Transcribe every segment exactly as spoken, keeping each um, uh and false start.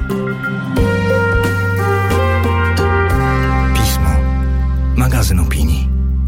Pismo. Magazyn opinii.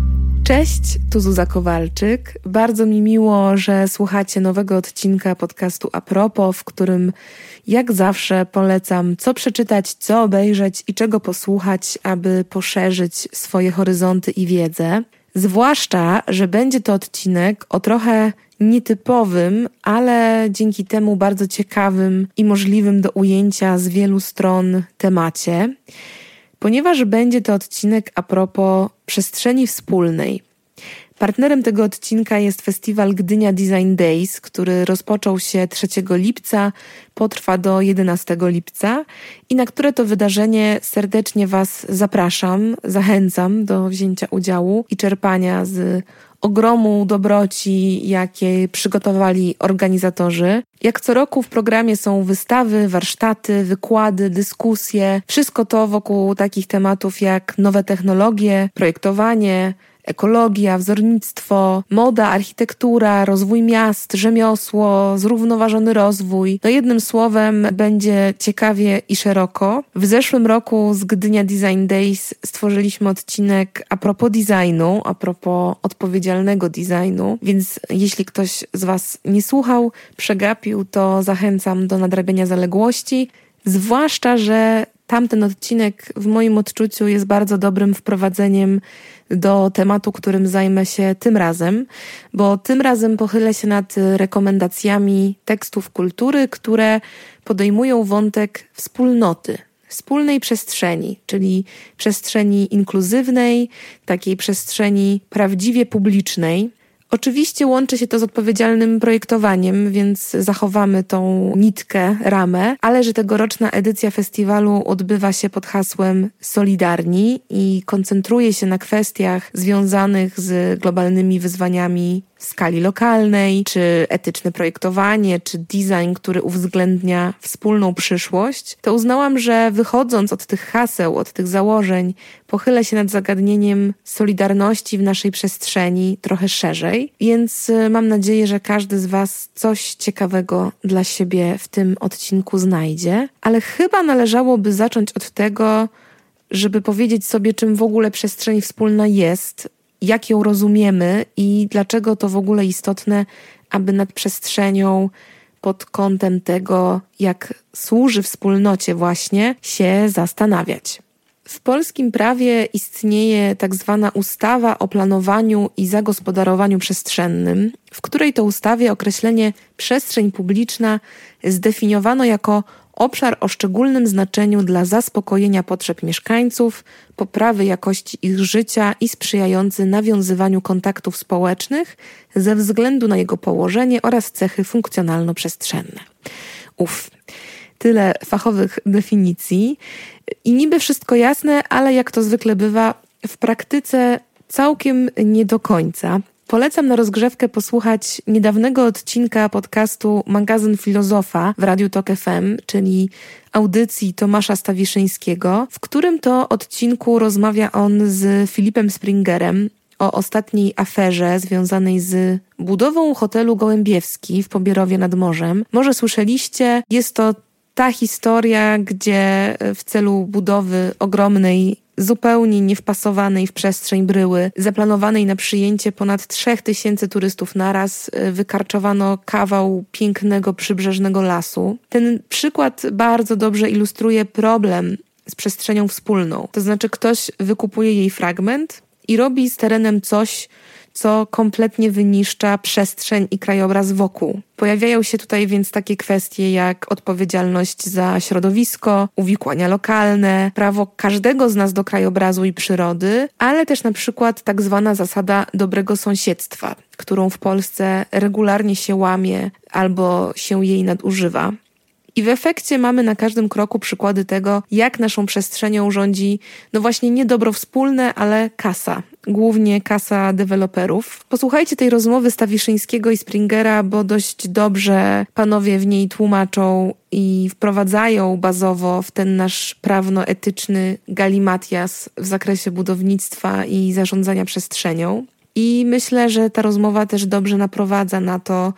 Cześć, tu Zuza Kowalczyk. Bardzo mi miło, że słuchacie nowego odcinka podcastu A propos, w którym jak zawsze polecam, co przeczytać, co obejrzeć i czego posłuchać, aby poszerzyć swoje horyzonty i wiedzę. Zwłaszcza, że będzie to odcinek o trochę nietypowym, ale dzięki temu bardzo ciekawym i możliwym do ujęcia z wielu stron temacie, ponieważ będzie to odcinek a propos przestrzeni wspólnej. Partnerem tego odcinka jest festiwal Gdynia Design Days, który rozpoczął się trzeciego lipca, potrwa do jedenastego lipca i na które to wydarzenie serdecznie Was zapraszam, zachęcam do wzięcia udziału i czerpania z ogromu dobroci, jakie przygotowali organizatorzy. Jak co roku w programie są wystawy, warsztaty, wykłady, dyskusje. Wszystko to wokół takich tematów jak nowe technologie, projektowanie, ekologia, wzornictwo, moda, architektura, rozwój miast, rzemiosło, zrównoważony rozwój. No jednym słowem będzie ciekawie i szeroko. W zeszłym roku z Gdynia Design Days stworzyliśmy odcinek a propos designu, a propos odpowiedzialnego designu, więc jeśli ktoś z Was nie słuchał, przegapił, to zachęcam do nadrabiania zaległości, zwłaszcza, że tamten odcinek w moim odczuciu jest bardzo dobrym wprowadzeniem do tematu, którym zajmę się tym razem, bo tym razem pochylę się nad rekomendacjami tekstów kultury, które podejmują wątek wspólnoty, wspólnej przestrzeni, czyli przestrzeni inkluzywnej, takiej przestrzeni prawdziwie publicznej. Oczywiście łączy się to z odpowiedzialnym projektowaniem, więc zachowamy tą nitkę, ramę, ale że tegoroczna edycja festiwalu odbywa się pod hasłem Solidarni i koncentruje się na kwestiach związanych z globalnymi wyzwaniami w skali lokalnej, czy etyczne projektowanie, czy design, który uwzględnia wspólną przyszłość, to uznałam, że wychodząc od tych haseł, od tych założeń, pochylę się nad zagadnieniem solidarności w naszej przestrzeni trochę szerzej, więc mam nadzieję, że każdy z Was coś ciekawego dla siebie w tym odcinku znajdzie, ale chyba należałoby zacząć od tego, żeby powiedzieć sobie, czym w ogóle przestrzeń wspólna jest, jak ją rozumiemy i dlaczego to w ogóle istotne, aby nad przestrzenią pod kątem tego, jak służy wspólnocie właśnie, się zastanawiać. W polskim prawie istnieje tak zwana ustawa o planowaniu i zagospodarowaniu przestrzennym, w której to ustawie określenie przestrzeń publiczna zdefiniowano jako obszar o szczególnym znaczeniu dla zaspokojenia potrzeb mieszkańców, poprawy jakości ich życia i sprzyjający nawiązywaniu kontaktów społecznych ze względu na jego położenie oraz cechy funkcjonalno-przestrzenne. Uff, tyle fachowych definicji i niby wszystko jasne, ale jak to zwykle bywa, w praktyce całkiem nie do końca. Polecam na rozgrzewkę posłuchać niedawnego odcinka podcastu Magazyn Filozofa w Radiu Tok F M, czyli audycji Tomasza Stawiszyńskiego, w którym to odcinku rozmawia on z Filipem Springerem o ostatniej aferze związanej z budową hotelu Gołębiewski w Pobierowie nad Morzem. Może słyszeliście, jest to ta historia, gdzie w celu budowy ogromnej, zupełnie niewpasowanej w przestrzeń bryły, zaplanowanej na przyjęcie ponad trzech tysięcy turystów naraz, wykarczowano kawał pięknego przybrzeżnego lasu. Ten przykład bardzo dobrze ilustruje problem z przestrzenią wspólną. To znaczy ktoś wykupuje jej fragment i robi z terenem coś, co kompletnie wyniszcza przestrzeń i krajobraz wokół. Pojawiają się tutaj więc takie kwestie jak odpowiedzialność za środowisko, uwikłania lokalne, prawo każdego z nas do krajobrazu i przyrody, ale też na przykład tak zwana zasada dobrego sąsiedztwa, którą w Polsce regularnie się łamie albo się jej nadużywa. I w efekcie mamy na każdym kroku przykłady tego, jak naszą przestrzenią rządzi, no właśnie nie dobro wspólne, ale kasa. Głównie kasa deweloperów. Posłuchajcie tej rozmowy Stawiszyńskiego i Springera, bo dość dobrze panowie w niej tłumaczą i wprowadzają bazowo w ten nasz prawno-etyczny galimatias w zakresie budownictwa i zarządzania przestrzenią. I myślę, że ta rozmowa też dobrze naprowadza na to,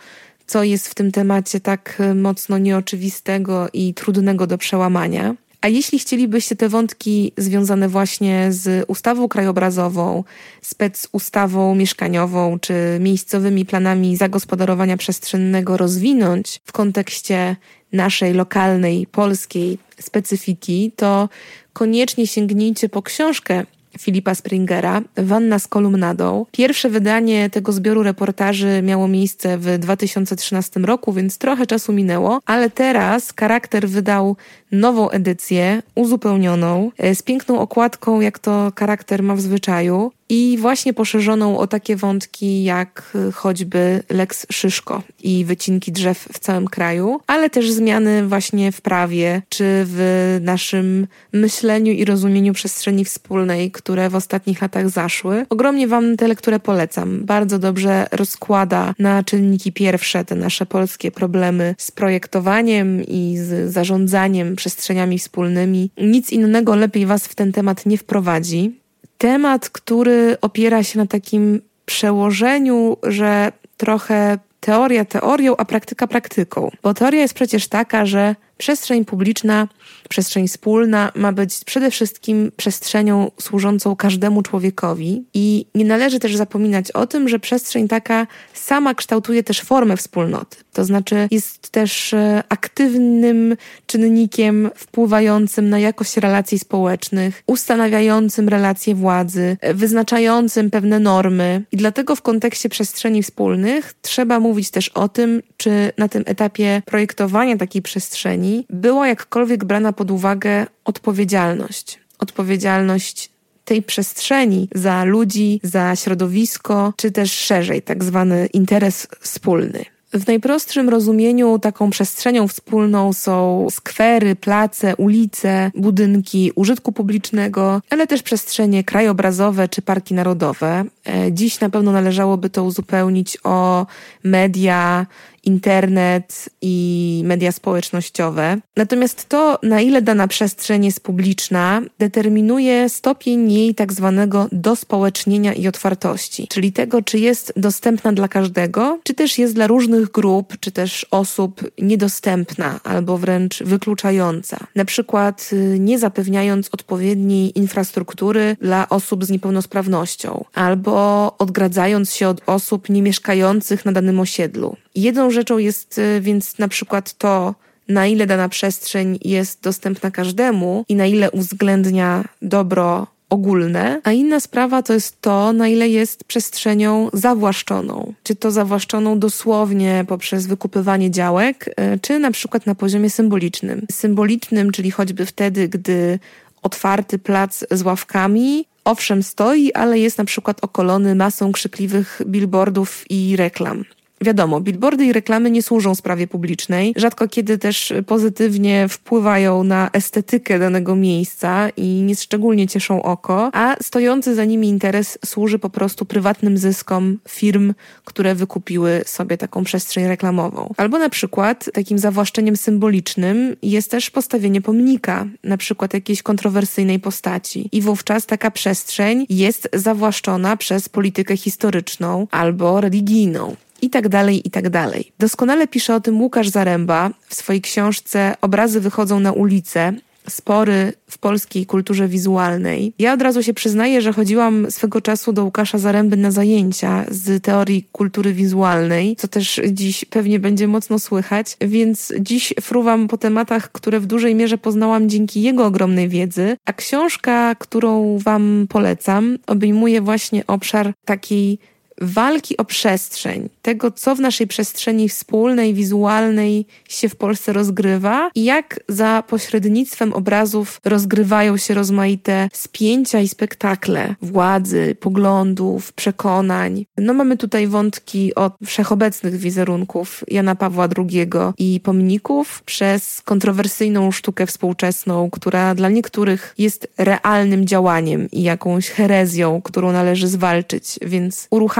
co jest w tym temacie tak mocno nieoczywistego i trudnego do przełamania. A jeśli chcielibyście te wątki związane właśnie z ustawą krajobrazową, specustawą mieszkaniową czy miejscowymi planami zagospodarowania przestrzennego rozwinąć w kontekście naszej lokalnej, polskiej specyfiki, to koniecznie sięgnijcie po książkę Filipa Springera, Wanna z kolumnadą. Pierwsze wydanie tego zbioru reportaży miało miejsce w dwa tysiące trzynastym roku, więc trochę czasu minęło, ale teraz Charakter wydał nową edycję, uzupełnioną, z piękną okładką, jak to Charakter ma w zwyczaju, i właśnie poszerzoną o takie wątki jak choćby Lex Szyszko i wycinki drzew w całym kraju, ale też zmiany właśnie w prawie czy w naszym myśleniu i rozumieniu przestrzeni wspólnej, które w ostatnich latach zaszły. Ogromnie Wam tę lekturę polecam. Bardzo dobrze rozkłada na czynniki pierwsze te nasze polskie problemy z projektowaniem i z zarządzaniem przestrzeniami wspólnymi. Nic innego lepiej Was w ten temat nie wprowadzi. Temat, który opiera się na takim przełożeniu, że trochę teoria teorią, a praktyka praktyką. Bo teoria jest przecież taka, że przestrzeń publiczna, przestrzeń wspólna ma być przede wszystkim przestrzenią służącą każdemu człowiekowi i nie należy też zapominać o tym, że przestrzeń taka sama kształtuje też formę wspólnoty. To znaczy jest też aktywnym czynnikiem wpływającym na jakość relacji społecznych, ustanawiającym relacje władzy, wyznaczającym pewne normy. I dlatego w kontekście przestrzeni wspólnych trzeba mówić też o tym, czy na tym etapie projektowania takiej przestrzeni była jakkolwiek brana pod uwagę odpowiedzialność. Odpowiedzialność tej przestrzeni za ludzi, za środowisko, czy też szerzej, tak zwany interes wspólny. W najprostszym rozumieniu taką przestrzenią wspólną są skwery, place, ulice, budynki użytku publicznego, ale też przestrzenie krajobrazowe czy parki narodowe. Dziś na pewno należałoby to uzupełnić o media, internet i media społecznościowe. Natomiast to, na ile dana przestrzeń jest publiczna, determinuje stopień jej tak zwanego dospołecznienia i otwartości, czyli tego, czy jest dostępna dla każdego, czy też jest dla różnych grup, czy też osób niedostępna albo wręcz wykluczająca. Na przykład nie zapewniając odpowiedniej infrastruktury dla osób z niepełnosprawnością, albo odgradzając się od osób niemieszkających na danym osiedlu. Jedną rzeczą jest więc na przykład to, na ile dana przestrzeń jest dostępna każdemu i na ile uwzględnia dobro ogólne, a inna sprawa to jest to, na ile jest przestrzenią zawłaszczoną. Czy to zawłaszczoną dosłownie poprzez wykupywanie działek, czy na przykład na poziomie symbolicznym. Symbolicznym, czyli choćby wtedy, gdy otwarty plac z ławkami owszem stoi, ale jest na przykład okolony masą krzykliwych billboardów i reklam. Wiadomo, billboardy i reklamy nie służą sprawie publicznej, rzadko kiedy też pozytywnie wpływają na estetykę danego miejsca i nieszczególnie cieszą oko, a stojący za nimi interes służy po prostu prywatnym zyskom firm, które wykupiły sobie taką przestrzeń reklamową. Albo na przykład takim zawłaszczeniem symbolicznym jest też postawienie pomnika, na przykład jakiejś kontrowersyjnej postaci. I wówczas taka przestrzeń jest zawłaszczona przez politykę historyczną albo religijną. I tak dalej, i tak dalej. Doskonale pisze o tym Łukasz Zaręba w swojej książce Obrazy wychodzą na ulicę. Spory w polskiej kulturze wizualnej. Ja od razu się przyznaję, że chodziłam swego czasu do Łukasza Zaręby na zajęcia z teorii kultury wizualnej, co też dziś pewnie będzie mocno słychać, więc dziś fruwam po tematach, które w dużej mierze poznałam dzięki jego ogromnej wiedzy, a książka, którą Wam polecam, obejmuje właśnie obszar takiej walki o przestrzeń, tego, co w naszej przestrzeni wspólnej, wizualnej się w Polsce rozgrywa i jak za pośrednictwem obrazów rozgrywają się rozmaite spięcia i spektakle władzy, poglądów, przekonań. No mamy tutaj wątki od wszechobecnych wizerunków Jana Pawła drugiego i pomników, przez kontrowersyjną sztukę współczesną, która dla niektórych jest realnym działaniem i jakąś herezją, którą należy zwalczyć, więc uruchamiam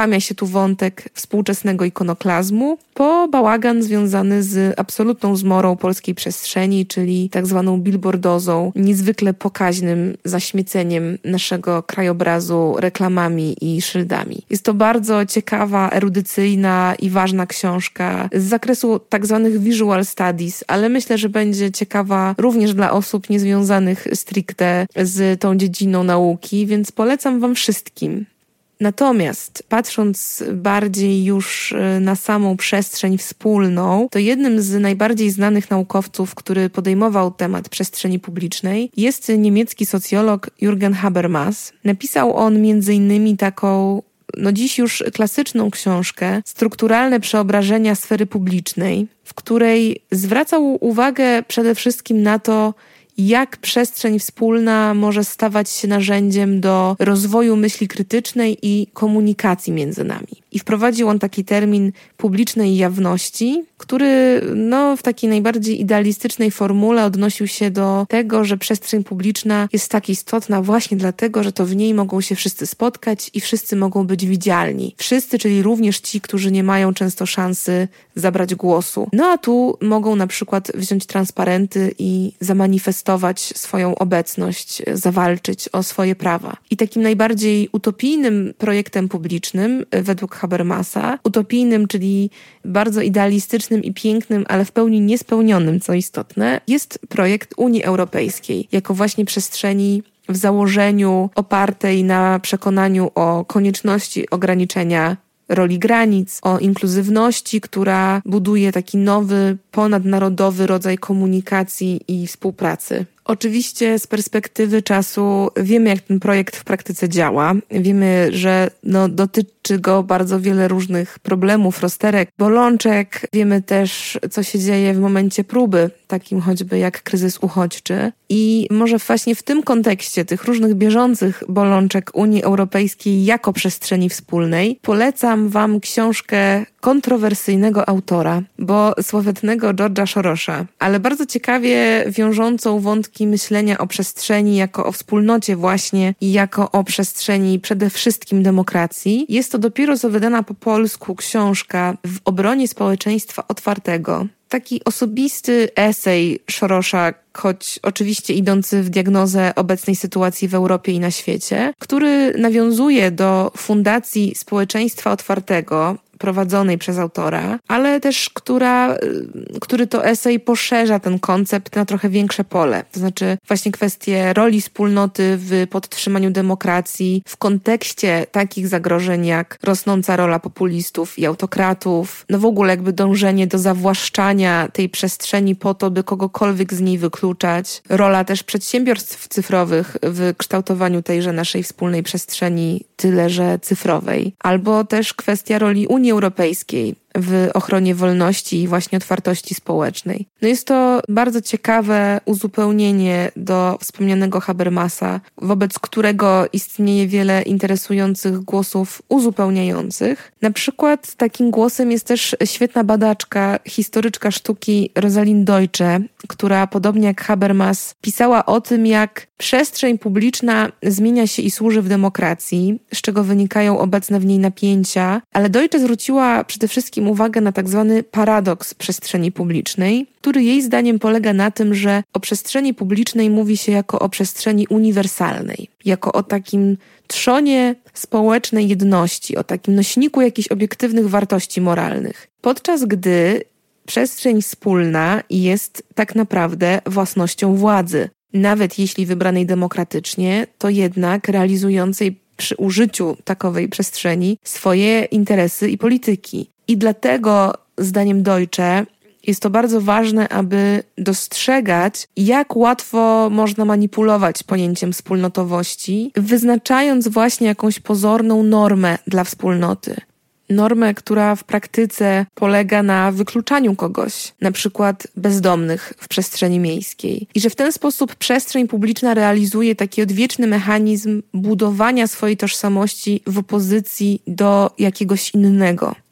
uruchamia się tu wątek współczesnego ikonoklazmu, po bałagan związany z absolutną zmorą polskiej przestrzeni, czyli tak zwaną billboardozą, niezwykle pokaźnym zaśmieceniem naszego krajobrazu reklamami i szyldami. Jest to bardzo ciekawa, erudycyjna i ważna książka z zakresu tak zwanych visual studies, ale myślę, że będzie ciekawa również dla osób niezwiązanych stricte z tą dziedziną nauki, więc polecam wam wszystkim. Natomiast patrząc bardziej już na samą przestrzeń wspólną, to jednym z najbardziej znanych naukowców, który podejmował temat przestrzeni publicznej, jest niemiecki socjolog Jürgen Habermas. Napisał on między innymi taką no dziś już klasyczną książkę Strukturalne przeobrażenia sfery publicznej, w której zwracał uwagę przede wszystkim na to, jak przestrzeń wspólna może stawać się narzędziem do rozwoju myśli krytycznej i komunikacji między nami. I wprowadził on taki termin publicznej jawności, który no, w takiej najbardziej idealistycznej formule odnosił się do tego, że przestrzeń publiczna jest tak istotna właśnie dlatego, że to w niej mogą się wszyscy spotkać i wszyscy mogą być widzialni. Wszyscy, czyli również ci, którzy nie mają często szansy zabrać głosu. No a tu mogą na przykład wziąć transparenty i zamanifestować swoją obecność, zawalczyć o swoje prawa. I takim najbardziej utopijnym projektem publicznym według Habermasa, utopijnym, czyli bardzo idealistycznym i pięknym, ale w pełni niespełnionym, co istotne, jest projekt Unii Europejskiej, jako właśnie przestrzeni w założeniu opartej na przekonaniu o konieczności ograniczenia roli granic, o inkluzywności, która buduje taki nowy, ponadnarodowy rodzaj komunikacji i współpracy. Oczywiście z perspektywy czasu wiemy, jak ten projekt w praktyce działa. Wiemy, że no, dotyczy go bardzo wiele różnych problemów, rozterek, bolączek. Wiemy też, co się dzieje w momencie próby, takim choćby jak kryzys uchodźczy. I może właśnie w tym kontekście tych różnych bieżących bolączek Unii Europejskiej jako przestrzeni wspólnej polecam wam książkę kontrowersyjnego autora, bo sławetnego George'a Soros'a, ale bardzo ciekawie wiążącą wątki myślenia o przestrzeni jako o wspólnocie właśnie i jako o przestrzeni przede wszystkim demokracji. Jest to dopiero co wydana po polsku książka w obronie społeczeństwa otwartego. Taki osobisty esej Soros'a, choć oczywiście idący w diagnozę obecnej sytuacji w Europie i na świecie, który nawiązuje do Fundacji Społeczeństwa Otwartego, prowadzonej przez autora, ale też która, który to esej poszerza ten koncept na trochę większe pole. To znaczy właśnie kwestie roli wspólnoty w podtrzymaniu demokracji w kontekście takich zagrożeń jak rosnąca rola populistów i autokratów, no w ogóle jakby dążenie do zawłaszczania tej przestrzeni po to, by kogokolwiek z niej wykluczać. Rola też przedsiębiorstw cyfrowych w kształtowaniu tejże naszej wspólnej przestrzeni, tyle że cyfrowej. Albo też kwestia roli Unii Europejskiej w ochronie wolności i właśnie otwartości społecznej. No jest to bardzo ciekawe uzupełnienie do wspomnianego Habermasa, wobec którego istnieje wiele interesujących głosów uzupełniających. Na przykład takim głosem jest też świetna badaczka, historyczka sztuki Rosalind Deutsche, która podobnie jak Habermas pisała o tym, jak przestrzeń publiczna zmienia się i służy w demokracji, z czego wynikają obecne w niej napięcia, ale Deutsche zwróciła przede wszystkim uwagę na tak zwany paradoks przestrzeni publicznej, który jej zdaniem polega na tym, że o przestrzeni publicznej mówi się jako o przestrzeni uniwersalnej, jako o takim trzonie społecznej jedności, o takim nośniku jakichś obiektywnych wartości moralnych. Podczas gdy przestrzeń wspólna jest tak naprawdę własnością władzy. Nawet jeśli wybranej demokratycznie, to jednak realizującej przy użyciu takowej przestrzeni swoje interesy i polityki. I dlatego, zdaniem Deutsche, jest to bardzo ważne, aby dostrzegać, jak łatwo można manipulować pojęciem wspólnotowości, wyznaczając właśnie jakąś pozorną normę dla wspólnoty. Normę, która w praktyce polega na wykluczaniu kogoś, na przykład bezdomnych w przestrzeni miejskiej. I że w ten sposób przestrzeń publiczna realizuje taki odwieczny mechanizm budowania swojej tożsamości w opozycji do jakiegoś innego.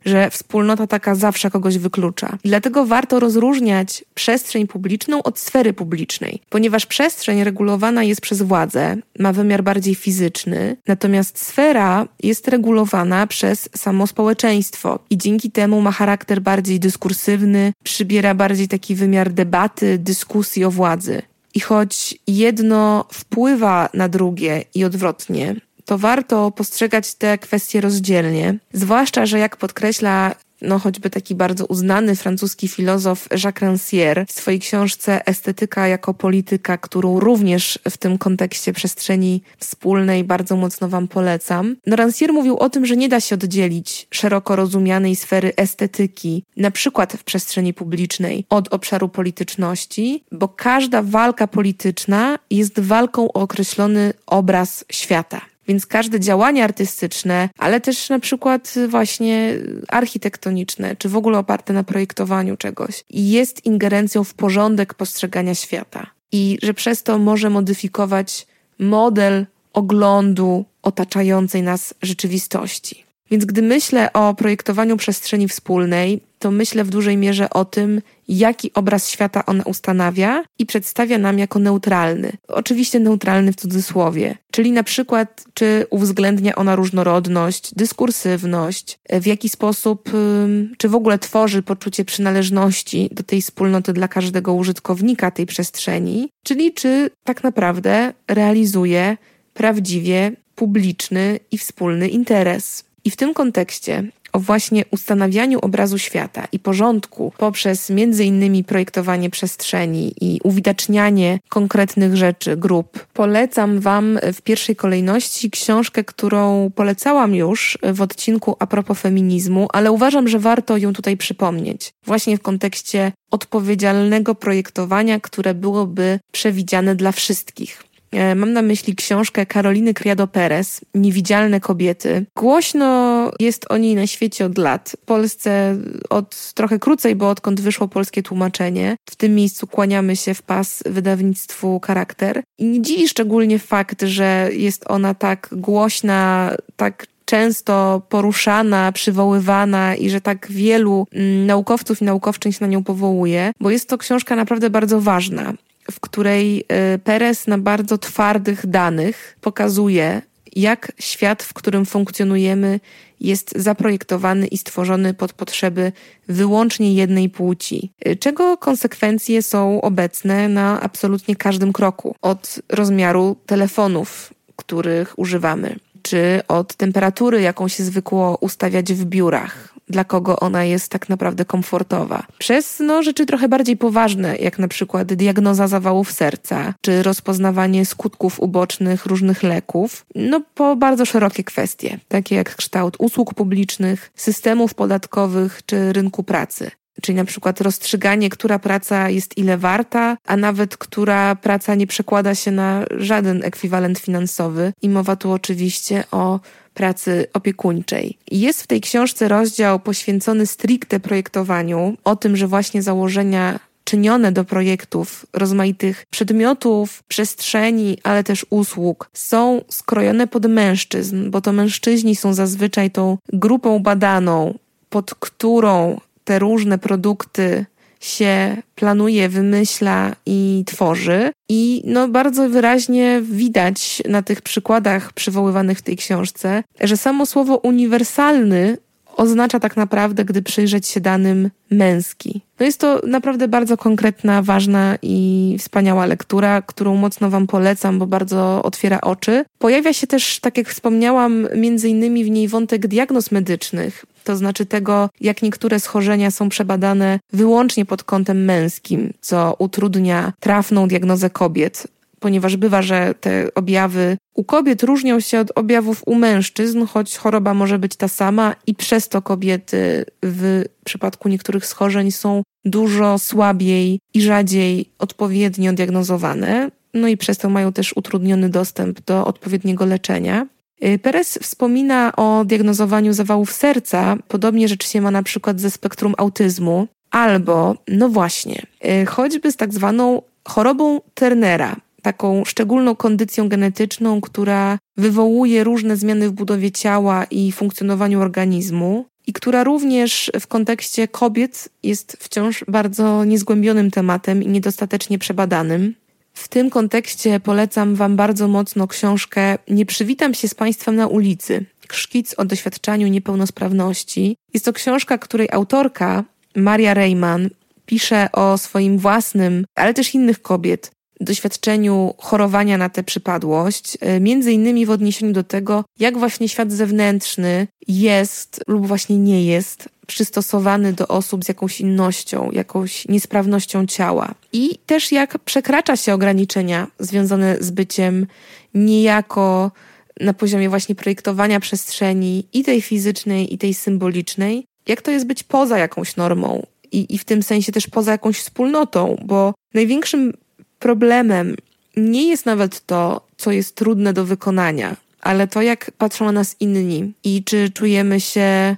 że wspólnota taka zawsze kogoś wyklucza. Dlatego warto rozróżniać przestrzeń publiczną od sfery publicznej, ponieważ przestrzeń regulowana jest przez władzę, ma wymiar bardziej fizyczny, natomiast sfera jest regulowana przez samo społeczeństwo i dzięki temu ma charakter bardziej dyskursywny, przybiera bardziej taki wymiar debaty, dyskusji o władzy. I choć jedno wpływa na drugie i odwrotnie, to warto postrzegać te kwestie rozdzielnie, zwłaszcza, że jak podkreśla no choćby taki bardzo uznany francuski filozof Jacques Rancière w swojej książce Estetyka jako polityka, którą również w tym kontekście przestrzeni wspólnej bardzo mocno wam polecam. No Rancière mówił o tym, że nie da się oddzielić szeroko rozumianej sfery estetyki, na przykład w przestrzeni publicznej, od obszaru polityczności, bo każda walka polityczna jest walką o określony obraz świata. Więc każde działanie artystyczne, ale też na przykład właśnie architektoniczne, czy w ogóle oparte na projektowaniu czegoś, jest ingerencją w porządek postrzegania świata. I że przez to może modyfikować model oglądu otaczającej nas rzeczywistości. Więc gdy myślę o projektowaniu przestrzeni wspólnej, to myślę w dużej mierze o tym, jaki obraz świata ona ustanawia i przedstawia nam jako neutralny. Oczywiście neutralny w cudzysłowie, czyli na przykład czy uwzględnia ona różnorodność, dyskursywność, w jaki sposób, czy w ogóle tworzy poczucie przynależności do tej wspólnoty dla każdego użytkownika tej przestrzeni, czyli czy tak naprawdę realizuje prawdziwie publiczny i wspólny interes. I w tym kontekście o właśnie ustanawianiu obrazu świata i porządku poprzez między innymi projektowanie przestrzeni i uwidacznianie konkretnych rzeczy, grup, polecam wam w pierwszej kolejności książkę, którą polecałam już w odcinku a propos feminizmu, ale uważam, że warto ją tutaj przypomnieć. Właśnie w kontekście odpowiedzialnego projektowania, które byłoby przewidziane dla wszystkich. Mam na myśli książkę Karoliny Criado Perez, Niewidzialne kobiety. Głośno jest o niej na świecie od lat. W Polsce od trochę krócej, bo odkąd wyszło polskie tłumaczenie. W tym miejscu kłaniamy się w pas wydawnictwu Charakter. I nie dziwi szczególnie fakt, że jest ona tak głośna, tak często poruszana, przywoływana i że tak wielu naukowców i naukowczyń się na nią powołuje, bo jest to książka naprawdę bardzo ważna, w której Perez na bardzo twardych danych pokazuje, jak świat, w którym funkcjonujemy, jest zaprojektowany i stworzony pod potrzeby wyłącznie jednej płci, czego konsekwencje są obecne na absolutnie każdym kroku, od rozmiaru telefonów, których używamy, czy od temperatury, jaką się zwykło ustawiać w biurach, dla kogo ona jest tak naprawdę komfortowa. Przez no, rzeczy trochę bardziej poważne, jak na przykład diagnoza zawałów serca, czy rozpoznawanie skutków ubocznych różnych leków, no po bardzo szerokie kwestie, takie jak kształt usług publicznych, systemów podatkowych czy rynku pracy. Czyli na przykład rozstrzyganie, która praca jest ile warta, a nawet która praca nie przekłada się na żaden ekwiwalent finansowy. I mowa tu oczywiście o pracy opiekuńczej. Jest w tej książce rozdział poświęcony stricte projektowaniu, o tym, że właśnie założenia czynione do projektów rozmaitych przedmiotów, przestrzeni, ale też usług są skrojone pod mężczyzn, bo to mężczyźni są zazwyczaj tą grupą badaną, pod którą te różne produkty się planuje, wymyśla i tworzy. I no bardzo wyraźnie widać na tych przykładach przywoływanych w tej książce, że samo słowo uniwersalny oznacza tak naprawdę, gdy przyjrzeć się danym, męski. No jest to naprawdę bardzo konkretna, ważna i wspaniała lektura, którą mocno wam polecam, bo bardzo otwiera oczy. Pojawia się też, tak jak wspomniałam, między innymi w niej wątek diagnoz medycznych, to znaczy tego, jak niektóre schorzenia są przebadane wyłącznie pod kątem męskim, co utrudnia trafną diagnozę kobiet, ponieważ bywa, że te objawy u kobiet różnią się od objawów u mężczyzn, choć choroba może być ta sama i przez to kobiety w przypadku niektórych schorzeń są dużo słabiej i rzadziej odpowiednio diagnozowane, no i przez to mają też utrudniony dostęp do odpowiedniego leczenia. Perez wspomina o diagnozowaniu zawałów serca, podobnie rzecz się ma na przykład ze spektrum autyzmu, albo, no właśnie, choćby z tak zwaną chorobą Turnera, taką szczególną kondycją genetyczną, która wywołuje różne zmiany w budowie ciała i funkcjonowaniu organizmu. i która również w kontekście kobiet jest wciąż bardzo niezgłębionym tematem i niedostatecznie przebadanym. W tym kontekście polecam Wam bardzo mocno książkę Nie przywitam się z Państwem na ulicy. Szkic o doświadczaniu niepełnosprawności. Jest to książka, której autorka, Maria Reimann, pisze o swoim własnym, ale też innych kobiet, doświadczeniu chorowania na tę przypadłość, między innymi w odniesieniu do tego, jak właśnie świat zewnętrzny jest lub właśnie nie jest przystosowany do osób z jakąś innością, jakąś niesprawnością ciała. I też jak przekracza się ograniczenia związane z byciem niejako na poziomie właśnie projektowania przestrzeni i tej fizycznej, i tej symbolicznej, jak to jest być poza jakąś normą i, i w tym sensie też poza jakąś wspólnotą, bo największym problemem nie jest nawet to, co jest trudne do wykonania, ale to, jak patrzą na nas inni i czy czujemy się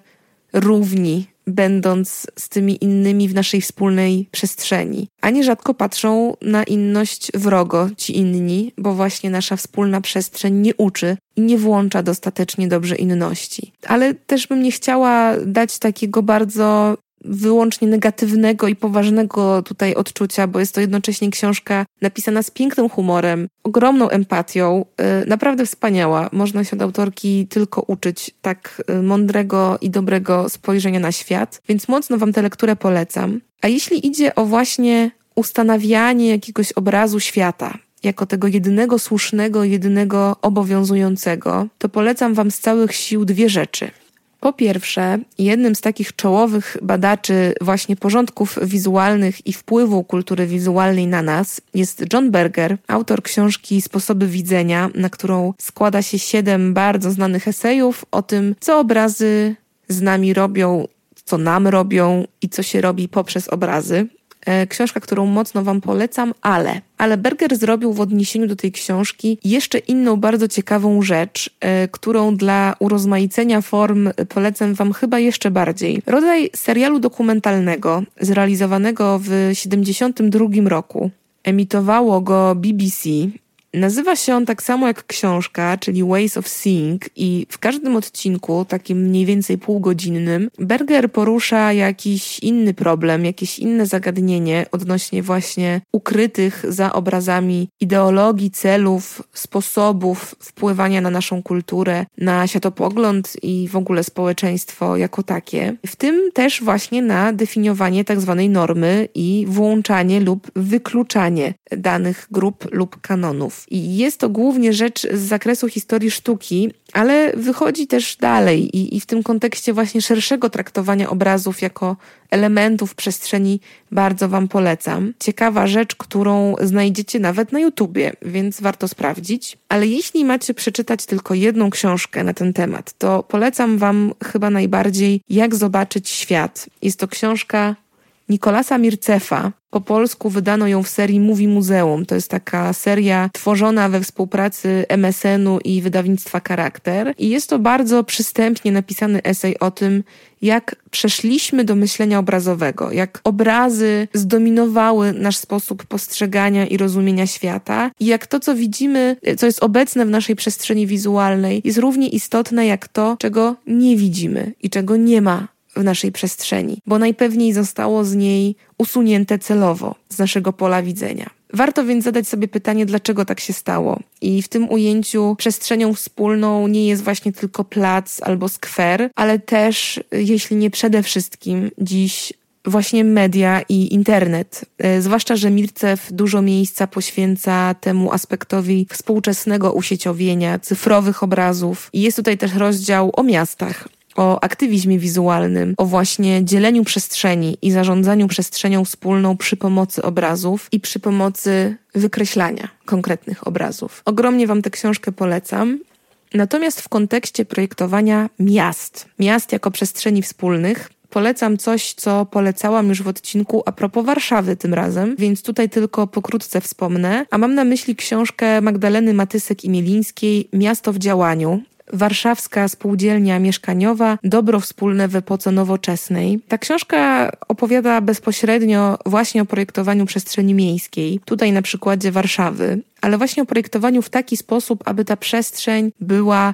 równi, będąc z tymi innymi w naszej wspólnej przestrzeni. A nierzadko patrzą na inność wrogo ci inni, bo właśnie nasza wspólna przestrzeń nie uczy i nie włącza dostatecznie dobrze inności. Ale też bym nie chciała dać takiego bardzo wyłącznie negatywnego i poważnego tutaj odczucia, bo jest to jednocześnie książka napisana z pięknym humorem, ogromną empatią, yy, naprawdę wspaniała. Można się od autorki tylko uczyć tak yy, mądrego i dobrego spojrzenia na świat, więc mocno Wam tę lekturę polecam. A jeśli idzie o właśnie ustanawianie jakiegoś obrazu świata, jako tego jedynego słusznego, jedynego obowiązującego, to polecam Wam z całych sił dwie rzeczy. Po pierwsze, jednym z takich czołowych badaczy właśnie porządków wizualnych i wpływu kultury wizualnej na nas jest John Berger, autor książki Sposoby widzenia, na którą składa się siedem bardzo znanych esejów o tym, co obrazy z nami robią, co nam robią i co się robi poprzez obrazy. Książka, którą mocno Wam polecam, ale... Ale Berger zrobił w odniesieniu do tej książki jeszcze inną bardzo ciekawą rzecz, którą dla urozmaicenia form polecam Wam chyba jeszcze bardziej. Rodzaj serialu dokumentalnego, zrealizowanego w siedemdziesiątym drugim roku. Emitowało go B B C. Nazywa się on tak samo jak książka, czyli Ways of Seeing, i w każdym odcinku, takim mniej więcej półgodzinnym, Berger porusza jakiś inny problem, jakieś inne zagadnienie odnośnie właśnie ukrytych za obrazami ideologii, celów, sposobów wpływania na naszą kulturę, na światopogląd i w ogóle społeczeństwo jako takie. W tym też właśnie na definiowanie tak zwanej normy i włączanie lub wykluczanie danych grup lub kanonów. I jest to głównie rzecz z zakresu historii sztuki, ale wychodzi też dalej i, i w tym kontekście właśnie szerszego traktowania obrazów jako elementów przestrzeni bardzo Wam polecam. Ciekawa rzecz, którą znajdziecie nawet na YouTubie, więc warto sprawdzić. Ale jeśli macie przeczytać tylko jedną książkę na ten temat, to polecam Wam chyba najbardziej Jak zobaczyć świat. Jest to książka Nikolasa Mircefa. Po polsku wydano ją w serii Mówi Muzeum. To jest taka seria tworzona we współpracy M S N u i wydawnictwa Charakter. I jest to bardzo przystępnie napisany esej o tym, jak przeszliśmy do myślenia obrazowego, jak obrazy zdominowały nasz sposób postrzegania i rozumienia świata i jak to, co widzimy, co jest obecne w naszej przestrzeni wizualnej, jest równie istotne jak to, czego nie widzimy i czego nie ma w naszej przestrzeni, bo najpewniej zostało z niej usunięte celowo z naszego pola widzenia. Warto więc zadać sobie pytanie, dlaczego tak się stało. I w tym ujęciu przestrzenią wspólną nie jest właśnie tylko plac albo skwer, ale też, jeśli nie przede wszystkim, dziś właśnie media i internet. Zwłaszcza, że Mircef dużo miejsca poświęca temu aspektowi współczesnego usieciowienia, cyfrowych obrazów. I jest tutaj też rozdział o miastach, o aktywizmie wizualnym, o właśnie dzieleniu przestrzeni i zarządzaniu przestrzenią wspólną przy pomocy obrazów i przy pomocy wykreślania konkretnych obrazów. Ogromnie Wam tę książkę polecam. Natomiast w kontekście projektowania miast, miast jako przestrzeni wspólnych, polecam coś, co polecałam już w odcinku a propos Warszawy tym razem, więc tutaj tylko pokrótce wspomnę. A mam na myśli książkę Magdaleny Matysek i Mielińskiej Miasto w działaniu. Warszawska Spółdzielnia Mieszkaniowa, dobro wspólne w epoce nowoczesnej. Ta książka opowiada bezpośrednio właśnie o projektowaniu przestrzeni miejskiej, tutaj na przykładzie Warszawy, ale właśnie o projektowaniu w taki sposób, aby ta przestrzeń była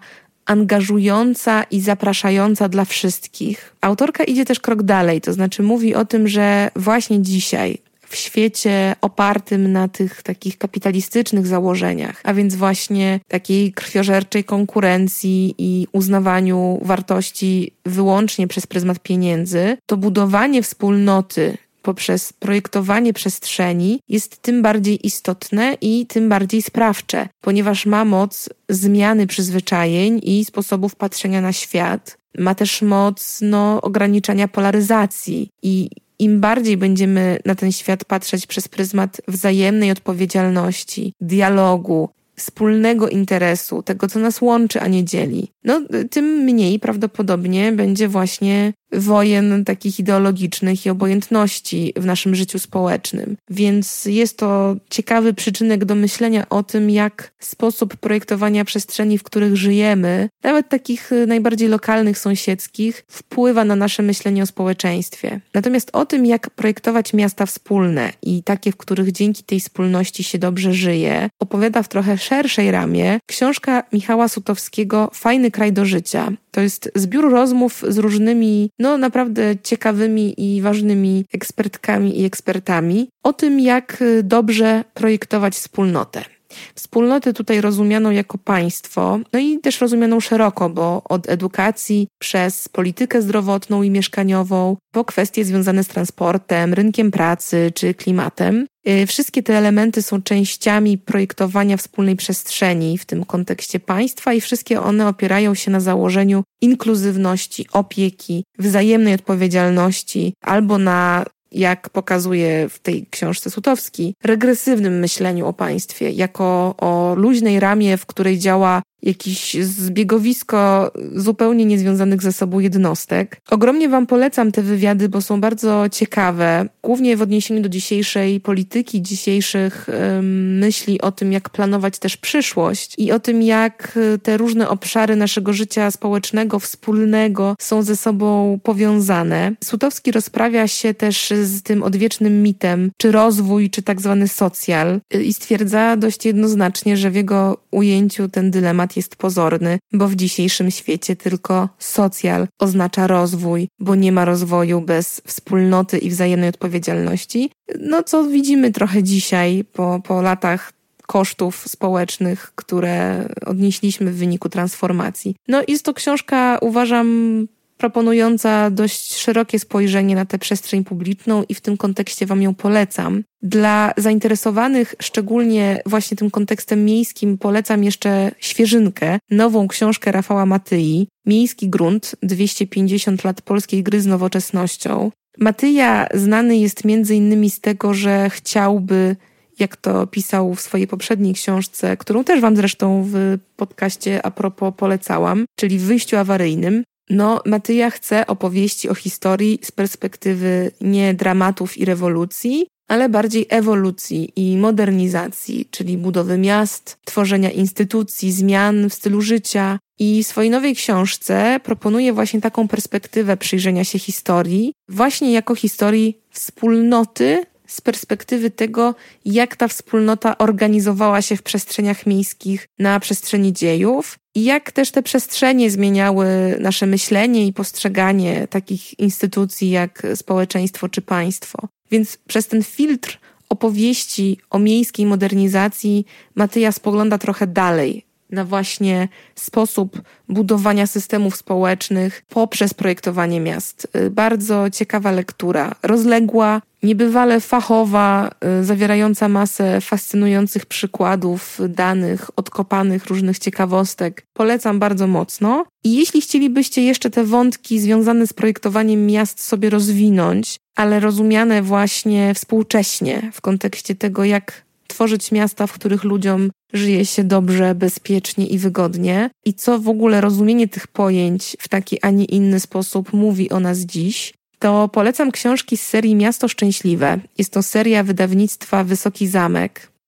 angażująca i zapraszająca dla wszystkich. Autorka idzie też krok dalej, to znaczy mówi o tym, że właśnie dzisiaj, w świecie opartym na tych takich kapitalistycznych założeniach, a więc właśnie takiej krwiożerczej konkurencji i uznawaniu wartości wyłącznie przez pryzmat pieniędzy, to budowanie wspólnoty poprzez projektowanie przestrzeni jest tym bardziej istotne i tym bardziej sprawcze, ponieważ ma moc zmiany przyzwyczajeń i sposobów patrzenia na świat. Ma też moc no, ograniczania polaryzacji i im bardziej będziemy na ten świat patrzeć przez pryzmat wzajemnej odpowiedzialności, dialogu, wspólnego interesu, tego, co nas łączy, a nie dzieli, no tym mniej prawdopodobnie będzie właśnie wojen takich ideologicznych i obojętności w naszym życiu społecznym. Więc jest to ciekawy przyczynek do myślenia o tym, jak sposób projektowania przestrzeni, w których żyjemy, nawet takich najbardziej lokalnych, sąsiedzkich, wpływa na nasze myślenie o społeczeństwie. Natomiast o tym, jak projektować miasta wspólne i takie, w których dzięki tej wspólności się dobrze żyje, opowiada w trochę szerszej ramie książka Michała Sutowskiego Fajny kraj do życia. To jest zbiór rozmów z różnymi, no naprawdę ciekawymi i ważnymi ekspertkami i ekspertami o tym, jak dobrze projektować wspólnotę. Wspólnotę tutaj rozumianą jako państwo, no i też rozumianą szeroko, bo od edukacji przez politykę zdrowotną i mieszkaniową, po kwestie związane z transportem, rynkiem pracy czy klimatem. Wszystkie te elementy są częściami projektowania wspólnej przestrzeni w tym kontekście państwa i wszystkie one opierają się na założeniu inkluzywności, opieki, wzajemnej odpowiedzialności albo na, jak pokazuje w tej książce Sutowski, regresywnym myśleniu o państwie, jako o luźnej ramie, w której działa jakieś zbiegowisko zupełnie niezwiązanych ze sobą jednostek. Ogromnie Wam polecam te wywiady, bo są bardzo ciekawe, głównie w odniesieniu do dzisiejszej polityki, dzisiejszych um, myśli o tym, jak planować też przyszłość i o tym, jak te różne obszary naszego życia społecznego, wspólnego są ze sobą powiązane. Sutowski rozprawia się też z tym odwiecznym mitem, czy rozwój, czy tak zwany socjal i stwierdza dość jednoznacznie, że w jego ujęciu ten dylemat jest pozorny, bo w dzisiejszym świecie tylko socjal oznacza rozwój, bo nie ma rozwoju bez wspólnoty i wzajemnej odpowiedzialności. No co widzimy trochę dzisiaj po, po latach kosztów społecznych, które odnieśliśmy w wyniku transformacji. No jest to książka, uważam, proponująca dość szerokie spojrzenie na tę przestrzeń publiczną i w tym kontekście Wam ją polecam. Dla zainteresowanych szczególnie właśnie tym kontekstem miejskim polecam jeszcze świeżynkę, nową książkę Rafała Matyi, Miejski grunt, dwieście pięćdziesiąt lat polskiej gry z nowoczesnością. Matyja znany jest między innymi z tego, że chciałby, jak to pisał w swojej poprzedniej książce, którą też Wam zresztą w podcaście a propos polecałam, czyli w Wyjściu awaryjnym, no, Matyja chce opowieści o historii z perspektywy nie dramatów i rewolucji, ale bardziej ewolucji i modernizacji, czyli budowy miast, tworzenia instytucji, zmian w stylu życia. I w swojej nowej książce proponuje właśnie taką perspektywę przyjrzenia się historii, właśnie jako historii wspólnoty, z perspektywy tego, jak ta wspólnota organizowała się w przestrzeniach miejskich na przestrzeni dziejów i jak też te przestrzenie zmieniały nasze myślenie i postrzeganie takich instytucji jak społeczeństwo czy państwo. Więc przez ten filtr opowieści o miejskiej modernizacji Matyja spogląda trochę dalej na właśnie sposób budowania systemów społecznych poprzez projektowanie miast. Bardzo ciekawa lektura, rozległa, niebywale fachowa, zawierająca masę fascynujących przykładów, danych, odkopanych różnych ciekawostek. Polecam bardzo mocno. I jeśli chcielibyście jeszcze te wątki związane z projektowaniem miast sobie rozwinąć, ale rozumiane właśnie współcześnie w kontekście tego, jak tworzyć miasta, w których ludziom żyje się dobrze, bezpiecznie i wygodnie i co w ogóle rozumienie tych pojęć w taki, a nie inny sposób mówi o nas dziś, to polecam książki z serii Miasto Szczęśliwe. Jest to seria wydawnictwa Wysoki Zamek.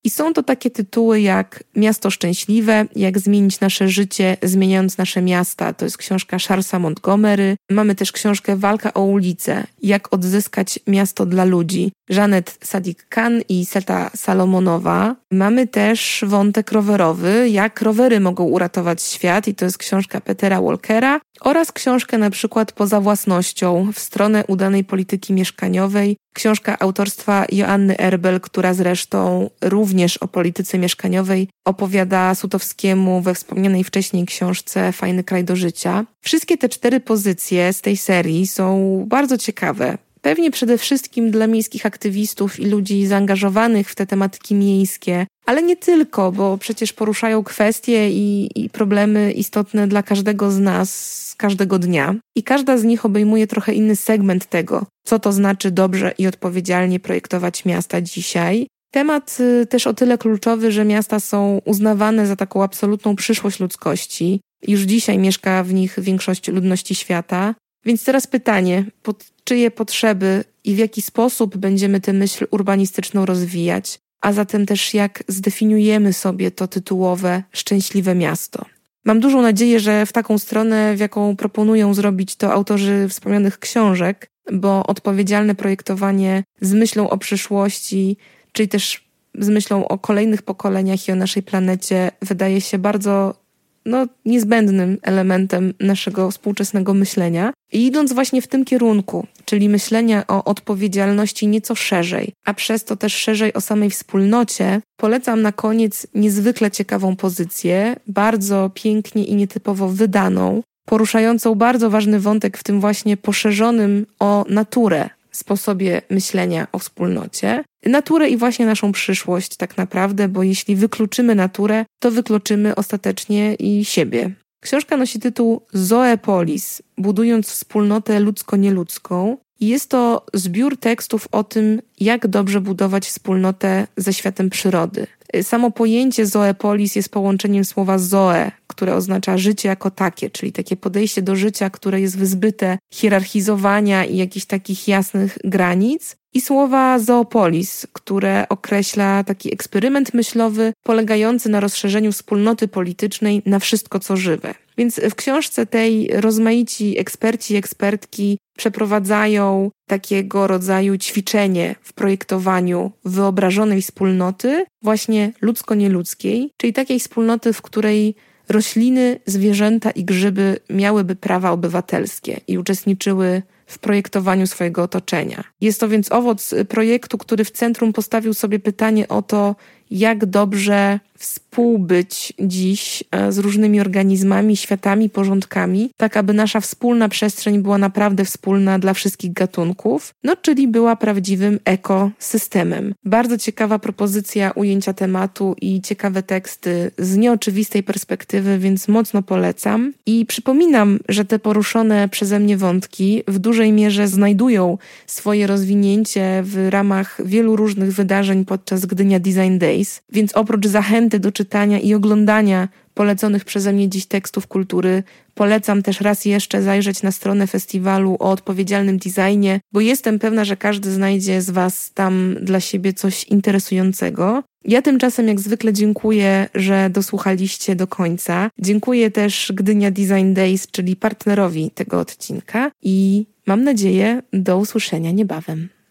I są to takie tytuły jak Miasto Szczęśliwe, jak zmienić nasze życie, zmieniając nasze miasta. To jest książka Charlesa Montgomery. Mamy też książkę Walka o ulicę, jak odzyskać miasto dla ludzi. Janet Sadik-Khan i Seta Salomonowa. Mamy też wątek rowerowy, jak rowery mogą uratować świat i to jest książka Petera Walkera oraz książkę na przykład Poza własnością w stronę udanej polityki mieszkaniowej. Książka autorstwa Joanny Erbel, która zresztą również o polityce mieszkaniowej opowiada Sutowskiemu we wspomnianej wcześniej książce Fajny kraj do życia. Wszystkie te cztery pozycje z tej serii są bardzo ciekawe. Pewnie przede wszystkim dla miejskich aktywistów i ludzi zaangażowanych w te tematyki miejskie, ale nie tylko, bo przecież poruszają kwestie i, i problemy istotne dla każdego z nas każdego dnia. I każda z nich obejmuje trochę inny segment tego, co to znaczy dobrze i odpowiedzialnie projektować miasta dzisiaj. Temat też o tyle kluczowy, że miasta są uznawane za taką absolutną przyszłość ludzkości. Już dzisiaj mieszka w nich większość ludności świata. Więc teraz pytanie, pod czyje potrzeby i w jaki sposób będziemy tę myśl urbanistyczną rozwijać, a zatem też jak zdefiniujemy sobie to tytułowe szczęśliwe miasto. Mam dużą nadzieję, że w taką stronę, w jaką proponują zrobić to autorzy wspomnianych książek, bo odpowiedzialne projektowanie z myślą o przyszłości, czyli też z myślą o kolejnych pokoleniach i o naszej planecie, wydaje się bardzo no, niezbędnym elementem naszego współczesnego myślenia. I idąc właśnie w tym kierunku, czyli myślenia o odpowiedzialności nieco szerzej, a przez to też szerzej o samej wspólnocie, polecam na koniec niezwykle ciekawą pozycję, bardzo pięknie i nietypowo wydaną, poruszającą bardzo ważny wątek w tym właśnie poszerzonym o naturę sposobie myślenia o wspólnocie. Naturę i właśnie naszą przyszłość tak naprawdę, bo jeśli wykluczymy naturę, to wykluczymy ostatecznie i siebie. Książka nosi tytuł Zoopolis, budując wspólnotę ludzko-nieludzką. I jest to zbiór tekstów o tym, jak dobrze budować wspólnotę ze światem przyrody. Samo pojęcie zoopolis jest połączeniem słowa zoe, które oznacza życie jako takie, czyli takie podejście do życia, które jest wyzbyte hierarchizowania i jakichś takich jasnych granic, i słowa zoopolis, które określa taki eksperyment myślowy polegający na rozszerzeniu wspólnoty politycznej na wszystko, co żywe. Więc w książce tej rozmaici eksperci i ekspertki przeprowadzają takiego rodzaju ćwiczenie w projektowaniu wyobrażonej wspólnoty, właśnie ludzko-nieludzkiej, czyli takiej wspólnoty, w której rośliny, zwierzęta i grzyby miałyby prawa obywatelskie i uczestniczyły w projektowaniu swojego otoczenia. Jest to więc owoc projektu, który w centrum postawił sobie pytanie o to, jak dobrze współbyć dziś z różnymi organizmami, światami, porządkami, tak aby nasza wspólna przestrzeń była naprawdę wspólna dla wszystkich gatunków, no czyli była prawdziwym ekosystemem. Bardzo ciekawa propozycja ujęcia tematu i ciekawe teksty z nieoczywistej perspektywy, więc mocno polecam. I przypominam, że te poruszone przeze mnie wątki w dużej mierze znajdują swoje rozwinięcie w ramach wielu różnych wydarzeń podczas Gdynia Design Days, więc oprócz zachęty do czytania i oglądania poleconych przeze mnie dziś tekstów kultury, polecam też raz jeszcze zajrzeć na stronę festiwalu o odpowiedzialnym designie, bo jestem pewna, że każdy znajdzie z Was tam dla siebie coś interesującego. Ja tymczasem jak zwykle dziękuję, że dosłuchaliście do końca. Dziękuję też Gdynia Design Days, czyli partnerowi tego odcinka i mam nadzieję do usłyszenia niebawem.